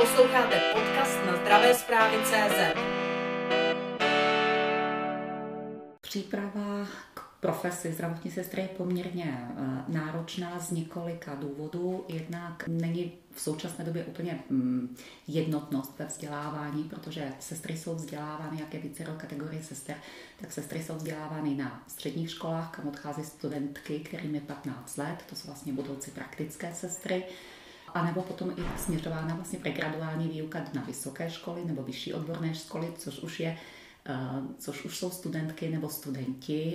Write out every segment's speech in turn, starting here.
Posloucháte podcast na zdravésprávy.cz. Příprava k profesi zdravotní sestry je poměrně náročná z několika důvodů. Jednak není v současné době úplně jednotnost ve vzdělávání, protože sestry jsou vzdělávány, jak je vícero kategorie sester, tak sestry jsou vzdělávány na středních školách, kam odchází studentky, kterým je 15 let, to jsou vlastně budoucí praktické sestry, a nebo potom i směřována vlastně pregraduální výuka na vysoké školy nebo vyšší odborné školy, což už jsou studentky nebo studenti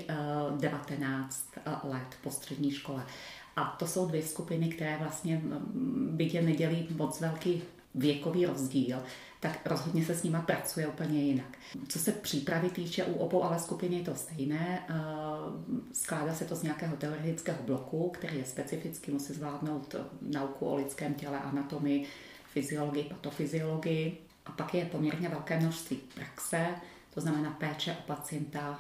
19 let po střední škole. A to jsou dvě skupiny, které vlastně byť je nedělí moc velký věkový rozdíl, tak rozhodně se s nima pracuje úplně jinak. Co se přípravy týče, u obou ale skupiny je to stejné. Skládá se to z nějakého teoretického bloku, který je specificky, musí zvládnout nauku o lidském těle, anatomii, fyziologii, patofyziologii. A pak je poměrně velké množství praxe, to znamená péče o pacienta,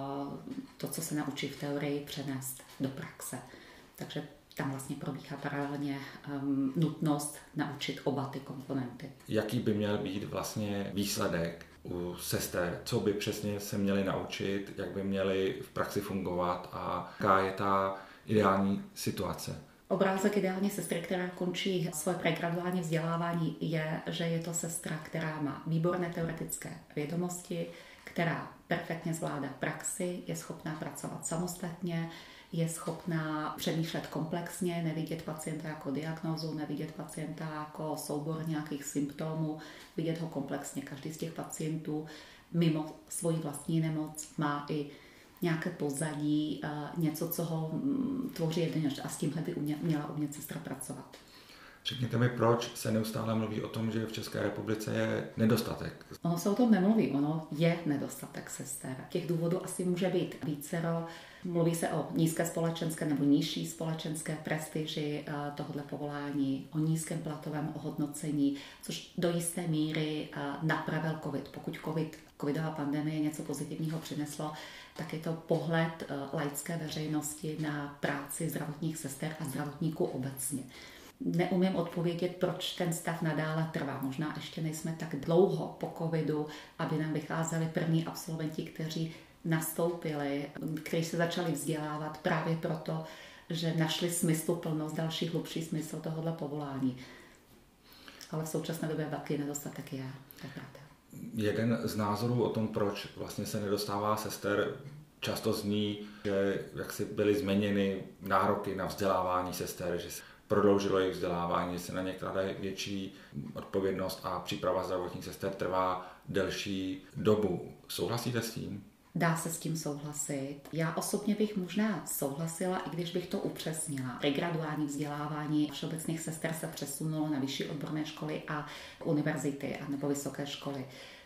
to, co se naučí v teorii, přenést do praxe. Takže tam vlastně probíhá paralelně nutnost naučit oba ty komponenty. Jaký by měl být vlastně výsledek u sester? Co by přesně se měli naučit, jak by měli v praxi fungovat a jaká je ta ideální situace? Obrázek ideální sestry, která končí svoje pregraduální vzdělávání, je, že je to sestra, která má výborné teoretické vědomosti, která perfektně zvládá praxi, je schopná pracovat samostatně, je schopná přemýšlet komplexně, nevidět pacienta jako diagnózu, nevidět pacienta jako soubor nějakých symptomů, vidět ho komplexně. Každý z těch pacientů mimo svoji vlastní nemoc má i nějaké pozadí, něco, co ho tvoří jedinečný, a s tímhle by měla umět sestra pracovat. Řekněte mi, proč se neustále mluví o tom, že v České republice je nedostatek? Ono se o tom nemluví, ono je nedostatek sester. Těch důvodů asi může být vícero. Mluví se o nízké společenské nebo nižší společenské prestiži tohoto povolání, o nízkém platovém ohodnocení, což do jisté míry napravil COVID. Pokud covidová pandemie něco pozitivního přineslo, tak je to pohled laické veřejnosti na práci zdravotních sester a zdravotníků obecně. Neumím odpovědět, proč ten stav nadále trvá. Možná ještě nejsme tak dlouho po covidu, aby nám vycházeli první absolventi, kteří nastoupili, kteří se začali vzdělávat právě proto, že našli smysluplnost, další hlubší smysl tohoto povolání. Ale v současné době velký nedostatek je. Jeden z názorů o tom, proč vlastně se nedostává sester, často zní, že jaksi byly změněny nároky na vzdělávání sester, že se prodloužilo jejich vzdělávání, že se na ně klade větší odpovědnost a příprava zdravotních sester trvá delší dobu. Souhlasíte s tím? Dá se s tím souhlasit. Já osobně bych možná souhlasila, i když bych to upřesnila. Pregraduální vzdělávání všeobecných sester se přesunulo na vyšší odborné školy a univerzity a nebo vysoké školy.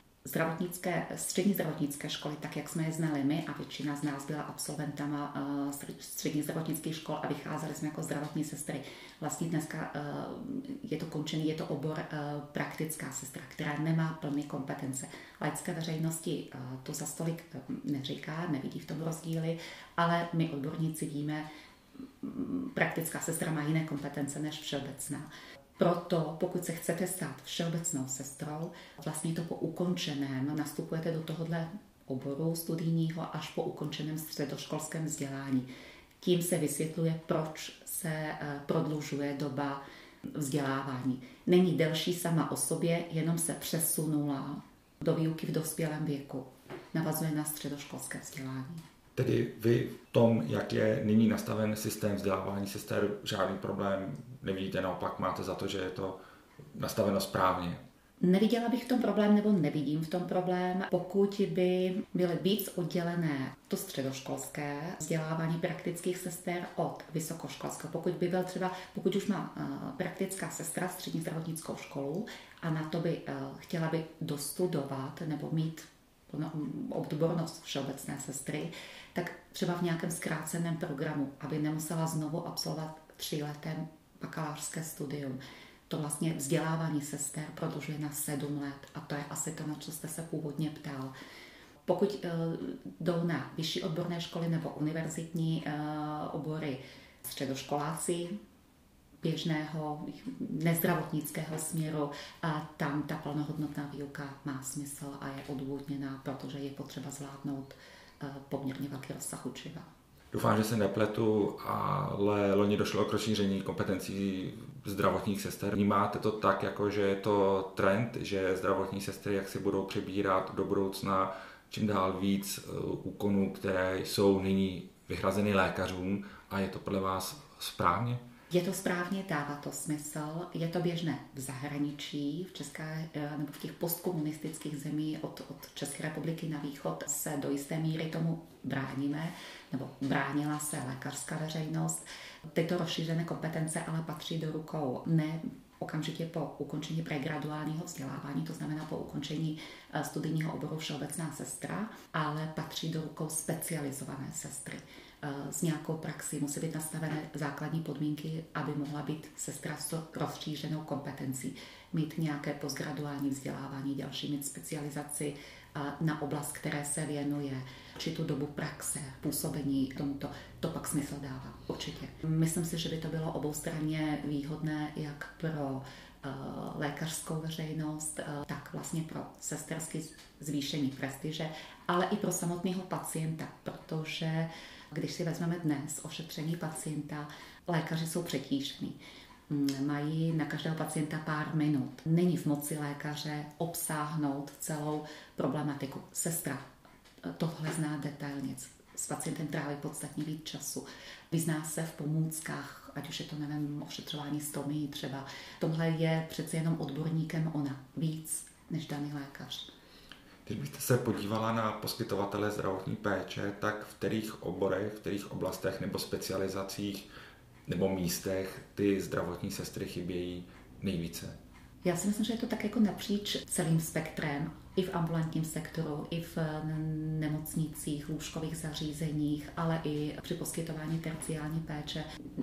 Střední zdravotnické školy, tak jak jsme je znali my, a většina z nás byla absolventama středních zdravotnických škol a vycházeli jsme jako zdravotní sestry. Vlastně dneska je to končený, je to obor praktická sestra, která nemá plné kompetence. Laické veřejnosti to za stolik neříká, nevidí v tom rozdíly, ale my odborníci víme, praktická sestra má jiné kompetence než všeobecná. Proto, pokud se chcete stát všeobecnou sestrou, vlastně to po ukončeném nastupujete do tohohle oboru studijního až po ukončeném středoškolském vzdělání. Tím se vysvětluje, proč se prodlužuje doba vzdělávání. Není delší sama o sobě, jenom se přesunula do výuky v dospělém věku. Navazuje na středoškolské vzdělání. Tedy vy v tom, jak je nyní nastaven systém vzdělávání sester, žádný problém nevidíte, naopak máte za to, že je to nastaveno správně? Neviděla bych v tom problém, nebo nevidím v tom problém, pokud by byly víc oddělené to středoškolské vzdělávání praktických sester od vysokoškolského. Pokud už má praktická sestra střední zdravotnickou školu a na to by chtěla by dostudovat nebo mít odbornost všeobecné sestry, tak třeba v nějakém zkráceném programu, aby nemusela znovu absolvovat 3leté bakalářské studium. To vlastně vzdělávání sester prodlužuje na 7 let a to je asi to, na co jste se původně ptal. Pokud jdou na vyšší odborné školy nebo univerzitní obory středoškoláci, běžného nezdravotnického směru, a tam ta plnohodnotná výuka má smysl a je odůvodněná, protože je potřeba zvládnout poměrně velký rozsah učiva. Doufám, že se nepletu, ale loni došlo k rozšíření kompetencí zdravotních sester. Vnímáte to tak, jako že je to trend, že zdravotní sestry jak si budou přebírat do budoucna čím dál víc úkonů, které jsou nyní vyhrazeny lékařům, a je to podle vás správně? Je to správně, dává to smysl, je to běžné v zahraničí, v České nebo v těch postkomunistických zemí od České republiky na východ se do jisté míry tomu bráníme, nebo bránila se lékařská veřejnost. Tyto rozšířené kompetence ale patří do rukou ne okamžitě po ukončení pregraduálního vzdělávání, to znamená po ukončení studijního oboru všeobecná sestra, ale patří do rukou specializované sestry. S nějakou praxi musí být nastavené základní podmínky, aby mohla být sestra s rozšířenou kompetencí, mít nějaké postgraduální vzdělávání, další mít specializaci na oblast, které se věnuje, či tu dobu praxe, působení tomuto. To pak smysl dává, určitě. Myslím si, že by to bylo oboustranně výhodné jak pro lékařskou veřejnost, tak vlastně pro sesterské zvýšení prestiže, ale i pro samotného pacienta, protože když si vezmeme dnes ošetření pacienta, lékaři jsou přetížení. Mají na každého pacienta pár minut. Není v moci lékaře obsáhnout celou problematiku. Sestra tohle zná detailně. S pacientem tráví podstatně víc času. Vyzná se v pomůckách, ať už je to, nevím, ošetřování stomii třeba. Tohle je přece jenom odborníkem ona. Víc než daný lékař. Když byste se podívala na poskytovatele zdravotní péče, tak v kterých oborech, v kterých oblastech nebo specializacích nebo místech ty zdravotní sestry chybějí nejvíce? Já si myslím, že je to tak jako napříč celým spektrem, i v ambulantním sektoru, i v nemocnicích, lůžkových zařízeních, ale i při poskytování terciální péče.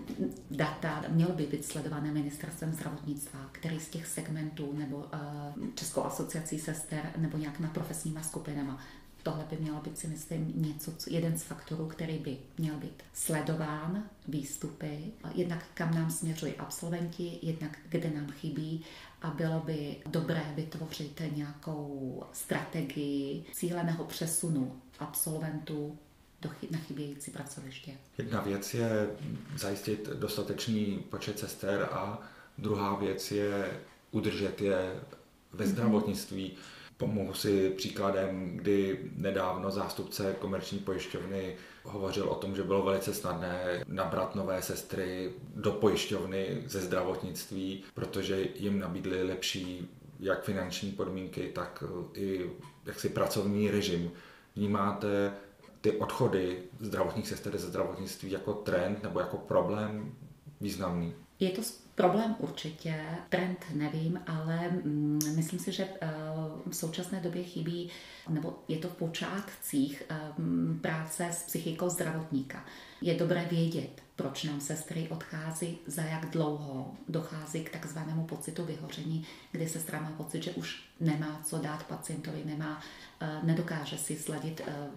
Data mělo by být sledované ministerstvem zdravotnictva, který z těch segmentů nebo Českou asociací sester nebo nějakýma profesníma skupinama. Tohle by mělo být, si myslím, jeden z faktorů, který by měl být sledován, výstupy, jednak kam nám směřují absolventi, jednak kde nám chybí, a bylo by dobré vytvořit nějakou strategii cíleného přesunu absolventů na chybějící pracoviště. Jedna věc je zajistit dostatečný počet sester a druhá věc je udržet je ve zdravotnictví. Pomohu si příkladem, kdy nedávno zástupce komerční pojišťovny hovořil o tom, že bylo velice snadné nabrat nové sestry do pojišťovny ze zdravotnictví, protože jim nabídly lepší jak finanční podmínky, tak i jaksi pracovní režim. Vnímáte ty odchody zdravotních sester ze zdravotnictví jako trend nebo jako problém významný? Je to problém určitě, trend nevím, ale myslím si, že v současné době chybí, nebo je to v počátcích práce s psychikou zdravotníka. Je dobré vědět, proč nám sestry odchází, za jak dlouho dochází k takzvanému pocitu vyhoření, kdy sestra má pocit, že už nemá co dát pacientovi, nedokáže si sladit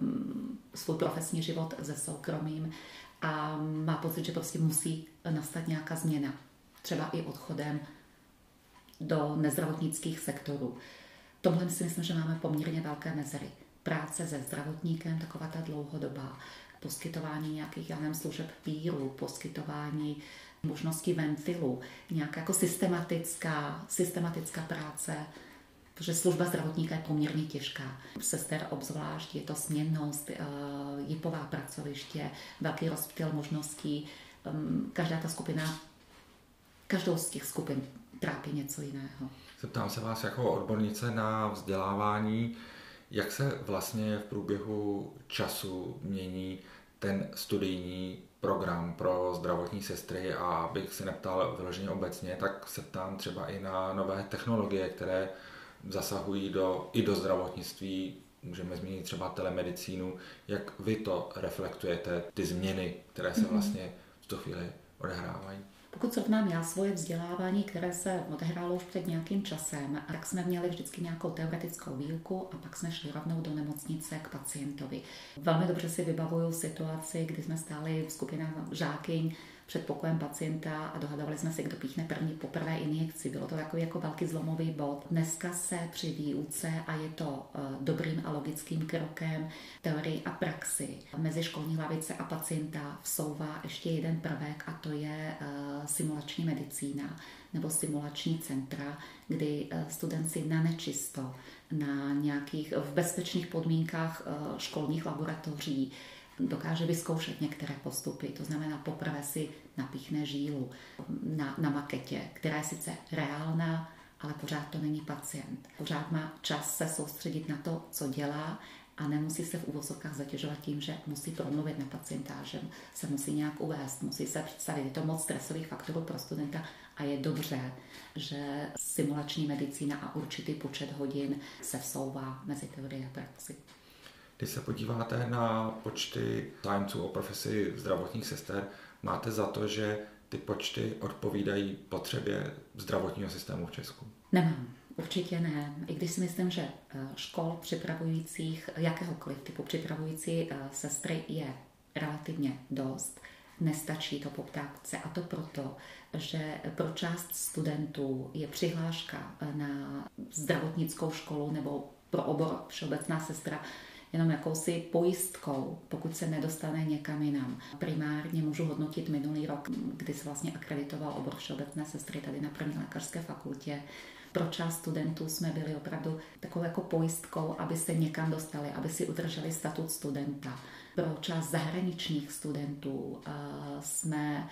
svůj profesní život se soukromým a má pocit, že prostě musí nastat nějaká změna, třeba i odchodem do nezdravotnických sektorů. Tomhle si myslím, že máme poměrně velké mezery. Práce se zdravotníkem, taková ta dlouhodobá, poskytování nějakých, služeb píru, poskytování možností ventilu, nějaká jako systematická práce, protože služba zdravotníka je poměrně těžká. Sester obzvlášť, je to směnnost, jipová pracoviště, velký rozptyl možností. Každou z těch skupin trápí něco jiného. Zeptám se vás jako odbornice na vzdělávání, jak se vlastně v průběhu času mění ten studijní program pro zdravotní sestry, a abych se neptal vyloženě obecně, tak se ptám třeba i na nové technologie, které zasahují i do zdravotnictví. Můžeme zmínit třeba telemedicínu. Jak vy to reflektujete, ty změny, které se vlastně v tu chvíli odehrávají? Pokud srovnám já svoje vzdělávání, které se odehrálo už před nějakým časem, tak jsme měli vždycky nějakou teoretickou výuku a pak jsme šli rovnou do nemocnice k pacientovi. Velmi dobře si vybavuju situaci, kdy jsme stáli v skupinách žákyň před pokojem pacienta a dohadovali jsme se, kdo píchne poprvé injekci. Bylo to takový jako velký zlomový bod. Dneska se při výuce, a je to dobrým a logickým krokem, teorii a praxi mezi školní lavice a pacienta vsouvá ještě jeden prvek, a to je simulační medicína nebo simulační centra, kdy student si na nečisto, na nějakých v bezpečných podmínkách školních laboratoří dokáže vyzkoušet některé postupy. To znamená, poprvé si napíchne žílu na maketě, která je sice reálná, ale pořád to není pacient. Pořád má čas se soustředit na to, co dělá, a nemusí se v uvozovkách zatěžovat tím, že musí promluvit na pacienta, že se musí nějak uvést, musí se představit. Je to moc stresových faktorů pro studenta a je dobře, že simulační medicína a určitý počet hodin se vsouvá mezi teorii a praxi. Když se podíváte na počty zájemců o profesi zdravotních sester, máte za to, že ty počty odpovídají potřebě zdravotního systému v Česku? Nemám. Určitě ne. I když si myslím, že škol připravujících, jakéhokoliv typu připravující sestry je relativně dost, nestačí to poptávce, a to proto, že pro část studentů je přihláška na zdravotnickou školu nebo pro obor všeobecná sestra jenom jakousi pojistkou, pokud se nedostane někam jinam. Primárně můžu hodnotit minulý rok, kdy se vlastně akreditoval obor všeobecné sestry tady na první lékařské fakultě. Pro část studentů jsme byli opravdu takovou jako pojistkou, aby se někam dostali, aby si udrželi statut studenta. Pro část zahraničních studentů jsme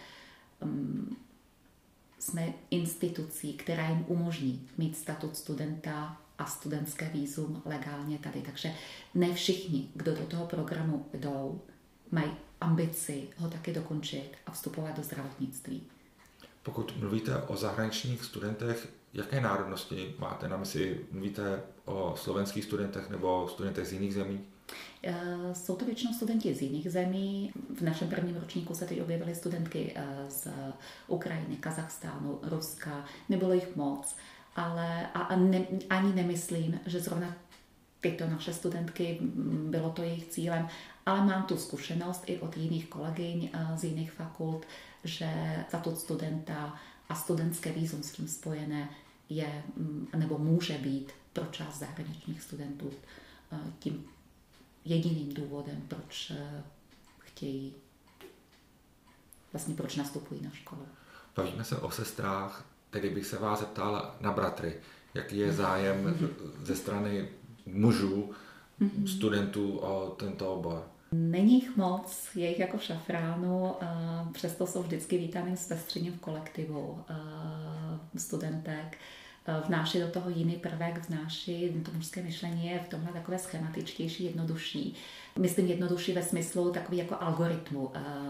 institucí, která jim umožní mít statut studenta a studentské vízum legálně tady. Takže ne všichni, kdo do toho programu jdou, mají ambici ho taky dokončit a vstupovat do zdravotnictví. Pokud mluvíte o zahraničních studentech, jaké národnosti máte na mysli? Mluvíte o slovenských studentech nebo studentech z jiných zemí? Jsou to většinou studenti z jiných zemí. V našem prvním ročníku se teď objevily studentky z Ukrajiny, Kazachstánu, Ruska. Nebylo jich moc, ale ani nemyslím, že zrovna tyto naše studentky bylo to jejich cílem, ale mám tu zkušenost i od jiných kolegyň z jiných fakult, že statut studenta a studentské vízum s tím spojené je nebo může být pro část zahraničních studentů tím jediným důvodem, proč chtějí, vlastně proč nastupují na školu. Bavíme se o sestrách, tedy bych se vás zeptal na bratry. Jaký je zájem ze strany mužů, studentů o tento obor? Není jich moc, je jich jako v šafránu, přesto jsou vždycky vítaným zpestřením v kolektivu studentek. Vnáší do toho jiný prvek, to mužské myšlení je v tomhle takové schematičtější, jednodušší. Myslím jednodušší ve smyslu takový jako algoritmu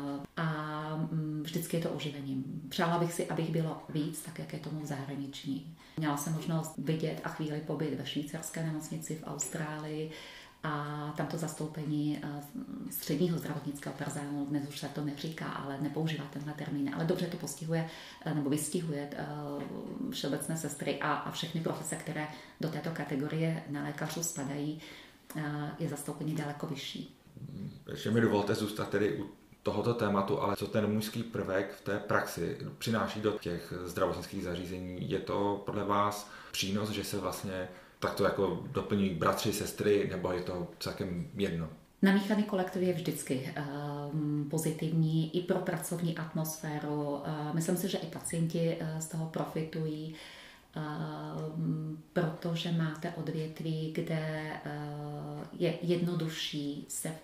a vždycky je to oživením. Přála bych si, abych bylo víc, tak jak je tomu v zahraničí. Měla jsem možnost vidět a chvíli pobyt ve švýcarské nemocnici v Austrálii, a tamto zastoupení středního zdravotnického personálu, dnes už se to neříká, ale nepoužívá tenhle termín, ale dobře to postihuje nebo vystihuje všeobecné sestry a všechny profese, které do této kategorie nelékařů spadají, je zastoupení daleko vyšší. Ještě mi dovolte zůstat tedy u tohoto tématu, ale co ten mužský prvek v té praxi přináší do těch zdravotnických zařízení? Je to podle vás přínos, že se vlastně tak to jako doplňují bratři, sestry, nebo je to celkem jedno? Namíchaný kolektiv je vždycky pozitivní i pro pracovní atmosféru. Myslím si, že i pacienti z toho profitují, protože máte odvětví, kde je jednodušší se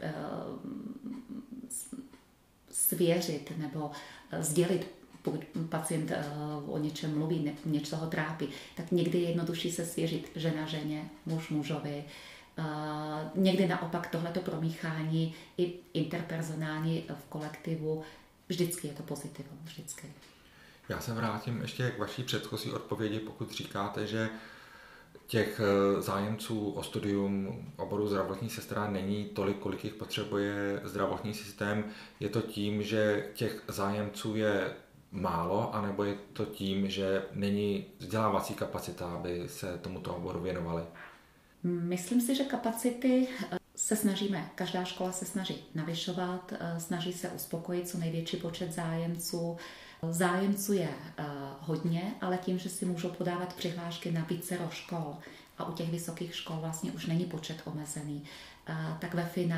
svěřit nebo sdělit. Pokud pacient o něčem mluví, něco ho trápí, tak někdy je jednodušší se svěřit žena ženě, muž mužovi. Někdy naopak tohleto promíchání i interpersonální v kolektivu, vždycky je to pozitivum, vždycky. Já se vrátím ještě k vaší předchozí odpovědi, pokud říkáte, že těch zájemců o studium oboru zdravotní sestra není tolik, kolik jich potřebuje zdravotní systém. Je to tím, že těch zájemců je málo, anebo je to tím, že není vzdělávací kapacita, aby se tomuto oboru věnovali? Myslím si, že kapacity se snažíme, každá škola se snaží navyšovat, snaží se uspokojit co největší počet zájemců. Zájemců je hodně, ale tím, že si můžou podávat přihlášky na vícero škol a u těch vysokých škol vlastně už není počet omezený, tak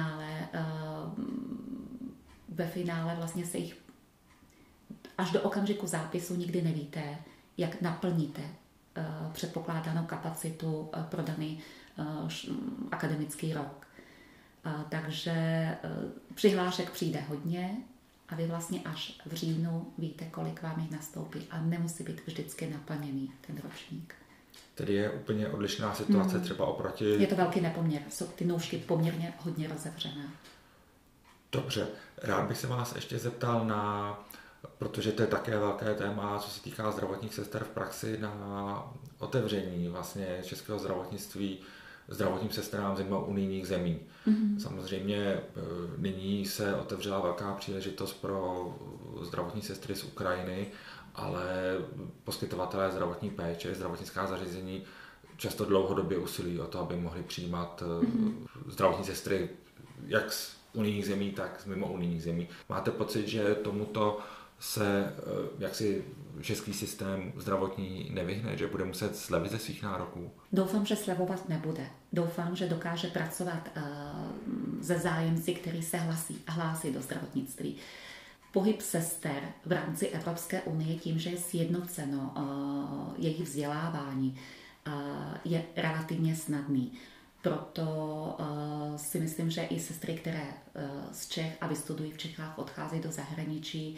ve finále vlastně se jich až do okamžiku zápisu nikdy nevíte, jak naplníte předpokládanou kapacitu pro daný akademický rok. Takže přihlášek přijde hodně a vy vlastně až v říjnu víte, kolik vám jich nastoupí a nemusí být vždycky naplněný ten ročník. Tedy je úplně odlišná situace třeba oproti... Je to velký nepoměr, jsou ty nůžky poměrně hodně rozevřené. Dobře, rád bych se vás ještě zeptal protože to je také velké téma, co se týká zdravotních sester v praxi, na otevření vlastně českého zdravotnictví zdravotním sestrám z unijních zemí. Samozřejmě nyní se otevřela velká příležitost pro zdravotní sestry z Ukrajiny, ale poskytovatelé zdravotní péče, zdravotnická zařízení často dlouhodobě usilují o to, aby mohli přijímat zdravotní sestry jak z unijních zemí, tak z mimo unijních zemí. Máte pocit, že tomuto se jaksi český systém zdravotní nevyhne, že bude muset slevit ze svých nároků? Doufám, že slevovat nebude. Doufám, že dokáže pracovat se zájemci, který se hlásí do zdravotnictví. Pohyb sester v rámci Evropské unie tím, že je sjednoceno jejich vzdělávání, je relativně snadný. Proto si myslím, že i sestry, které z Čech a vystudují v Čechách, odchází do zahraničí,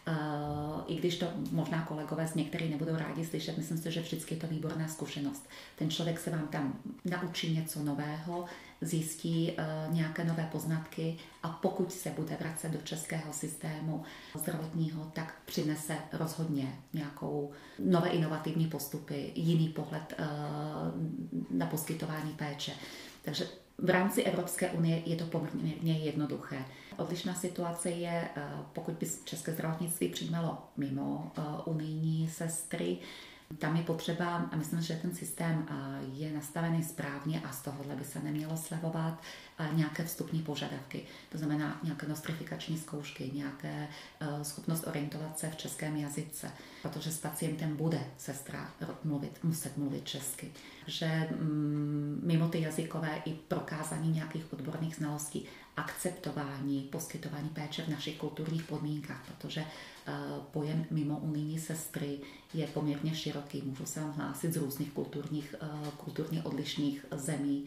i když to možná kolegové z některých nebudou rádi slyšet, myslím si, že vždycky je to výborná zkušenost. Ten člověk se vám tam naučí něco nového, zjistí nějaké nové poznatky a pokud se bude vracet do českého systému zdravotního, tak přinese rozhodně nějakou nové inovativní postupy, jiný pohled na poskytování péče. Takže v rámci Evropské unie je to poměrně jednoduché. Odlišná situace je, pokud by české zdravotnictví přijímalo mimo unijní sestry, tam je potřeba, a myslím, že ten systém je nastavený správně a z tohohle by se nemělo slevovat, nějaké vstupní požadavky. To znamená nějaké nostrifikační zkoušky, nějaké schopnost orientovat se v českém jazyce, protože s pacientem bude sestra muset mluvit česky. Že mimo ty jazykové i prokázání nějakých odborných znalostí, akceptování, poskytování péče v našich kulturních podmínkách, protože pojem mimo unijní sestry je poměrně široký. Můžu se vám hlásit z různých kulturně odlišných zemí,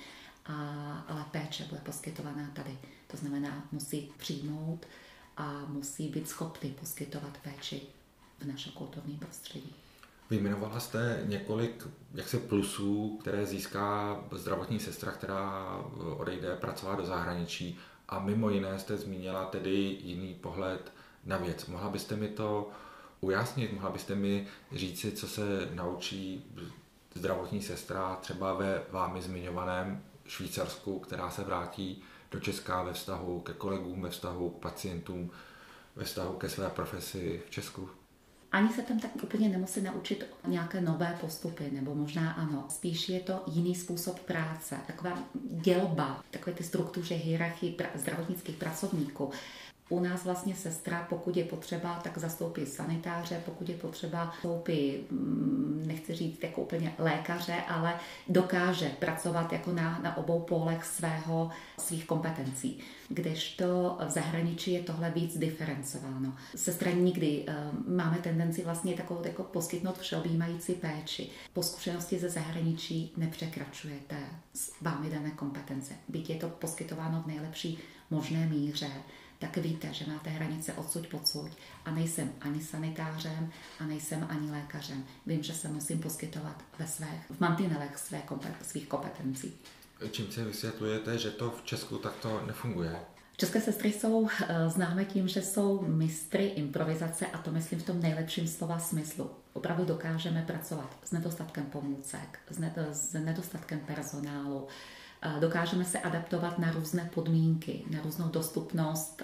ale péče bude poskytovaná tady. To znamená, musí přijmout a musí být schopný poskytovat péči v našem kulturním prostředí. Vyjmenovala jste několik plusů, které získá zdravotní sestra, která odejde pracovat do zahraničí, a mimo jiné jste zmínila tedy jiný pohled na věc. Mohla byste mi to ujasnit? Mohla byste mi říci, co se naučí zdravotní sestra třeba ve vámi zmiňovaném Švýcarsku, která se vrátí do Česka ve vztahu ke kolegům, ve vztahu k pacientům, ve vztahu ke své profesi v Česku? Ani se tam tak úplně nemusí naučit nějaké nové postupy, nebo možná ano. Spíš je to jiný způsob práce, taková dělba, takové ty struktuře hierarchii zdravotnických pracovníků. U nás vlastně sestra, pokud je potřeba, tak zastoupí sanitáře, pokud je potřeba, zastoupí, nechci říct jako úplně lékaře, ale dokáže pracovat jako na obou pólech svých kompetencí. Kdežto v zahraničí je tohle víc diferencováno. Sestra nikdy máme tendenci vlastně takovou jako poskytnout všeobjímající péči. Po zkušenosti ze zahraničí nepřekračujete vámi dané kompetence. Byť je to poskytováno v nejlepší možné míře, tak víte, že máte hranice odsud pocud a nejsem ani sanitářem a nejsem ani lékařem. Vím, že se musím poskytovat v mantinelech svých kompetencí. Čím si vysvětlujete, že to v Česku takto nefunguje? České sestry jsou známé tím, že jsou mistry improvizace a to myslím v tom nejlepším slova smyslu. Opravdu dokážeme pracovat s nedostatkem pomůcek, s nedostatkem personálu, dokážeme se adaptovat na různé podmínky, na různou dostupnost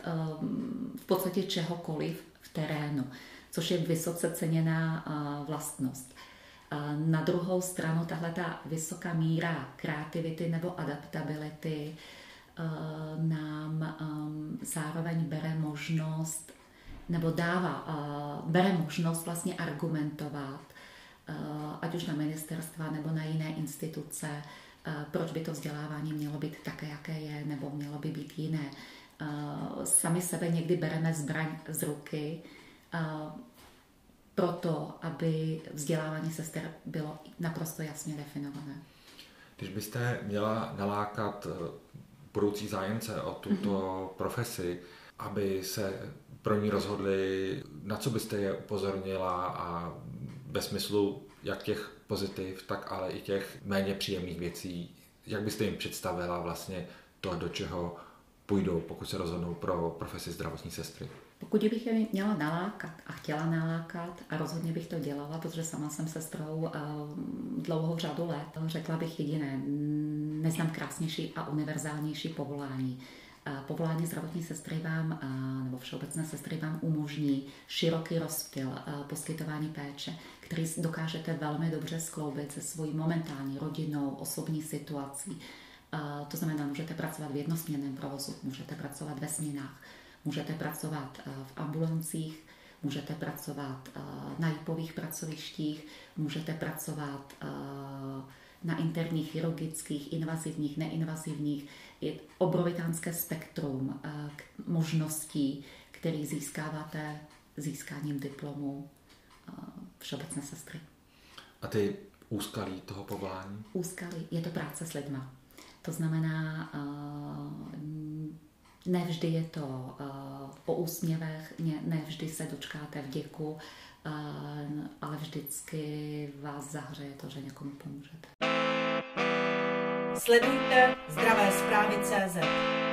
v podstatě čehokoliv v terénu, což je vysoce ceněná vlastnost. Na druhou stranu tahle ta vysoká míra kreativity nebo adaptability nám zároveň bere možnost, nebo bere možnost vlastně argumentovat, ať už na ministerstva nebo na jiné instituce, proč by to vzdělávání mělo být také, jaké je, nebo mělo by být jiné. Sami sebe někdy bereme zbraň z ruky, proto, aby vzdělávání sester bylo naprosto jasně definované. Když byste měla nalákat budoucí zájemce o tuto profesi, aby se pro ní rozhodli, na co byste je upozornila a ve smyslu jak těch pozitiv, tak ale i těch méně příjemných věcí, jak byste jim představila vlastně to, do čeho půjdou, pokud se rozhodnou pro profesi zdravotní sestry? Pokud bych je měla nalákat a chtěla nalákat, a rozhodně bych to dělala, protože sama jsem sestrou dlouhou řadu let, řekla bych jediné, neznám krásnější a univerzálnější povolání. Povolání zdravotní sestry vám, nebo všeobecné sestry vám umožní široký rozptyl poskytování péče, který dokážete velmi dobře skloubit se svojí momentální rodinnou, osobní situací. To znamená, můžete pracovat v jednosměnném provozu, můžete pracovat ve směnách, můžete pracovat v ambulancích, můžete pracovat na JIPových pracovištích, můžete pracovat na interních, chirurgických, invazivních, neinvazivních. Je obrovitánské spektrum možností, které získáváte získáním diplomu všeobecné sestry. A ty úskalí toho povolání? Úskalí, je to práce s lidma. To znamená, nevždy je to o úsměvech, nevždy se dočkáte vděku, ale vždycky vás zahřeje to, že někomu pomůžete. Sledujte Zdravé zprávy.cz.